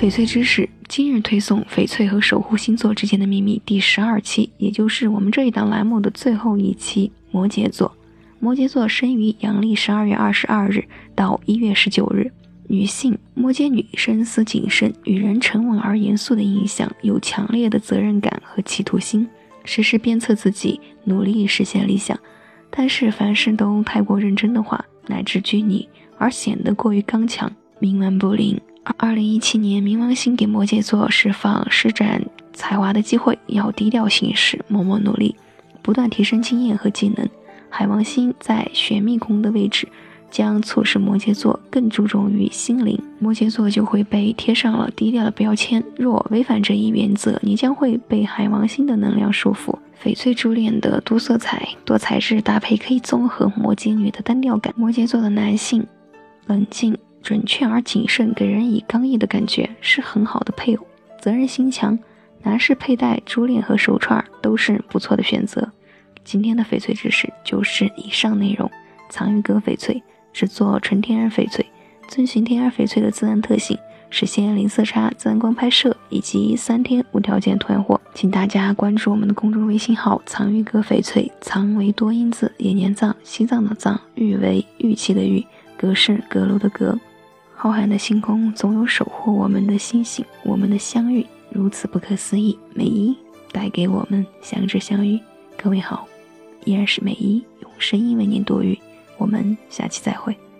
翡翠知识今日推送翡翠和守护星座之间的秘密第12期，也就是我们这一档栏目的最后一期。摩羯座，摩羯座生于阳历12月22日到1月19日，女性，摩羯女深思谨慎，与人沉稳而严肃的印象，有强烈的责任感和企图心，时时鞭策自己，努力实现理想。但是凡事都太过认真的话，乃至拘泥，而显得过于刚强，冥顽不灵。2017年冥王星给摩羯座释放施展才华的机会，要低调行事，默默努力，不断提升经验和技能。海王星在玄秘宫的位置，将促使摩羯座更注重于心灵，摩羯座就会被贴上了低调的标签，若违反这一原则，你将会被海王星的能量束缚。翡翠珠链的多色彩、多材质搭配可以综合摩羯女的单调感。摩羯座的男性冷静、准确而谨慎，给人以刚毅的感觉，是很好的配偶。责任心强，男士佩戴珠链和手串都是不错的选择。今天的翡翠知识就是以上内容。藏玉阁翡翠制作纯天然翡翠，遵循天然翡翠的自然特性，实现零色差、自然光拍摄以及3天无条件退货。请大家关注我们的公众微信号藏玉阁翡翠，藏为多音字，也年藏，西藏的藏，玉为玉器的玉，阁是阁楼的阁。浩瀚的星空总有守护我们的星星，我们的相遇如此不可思议，美一带给我们相知相遇。各位好，依然是美一用声音为您读语，我们下期再会。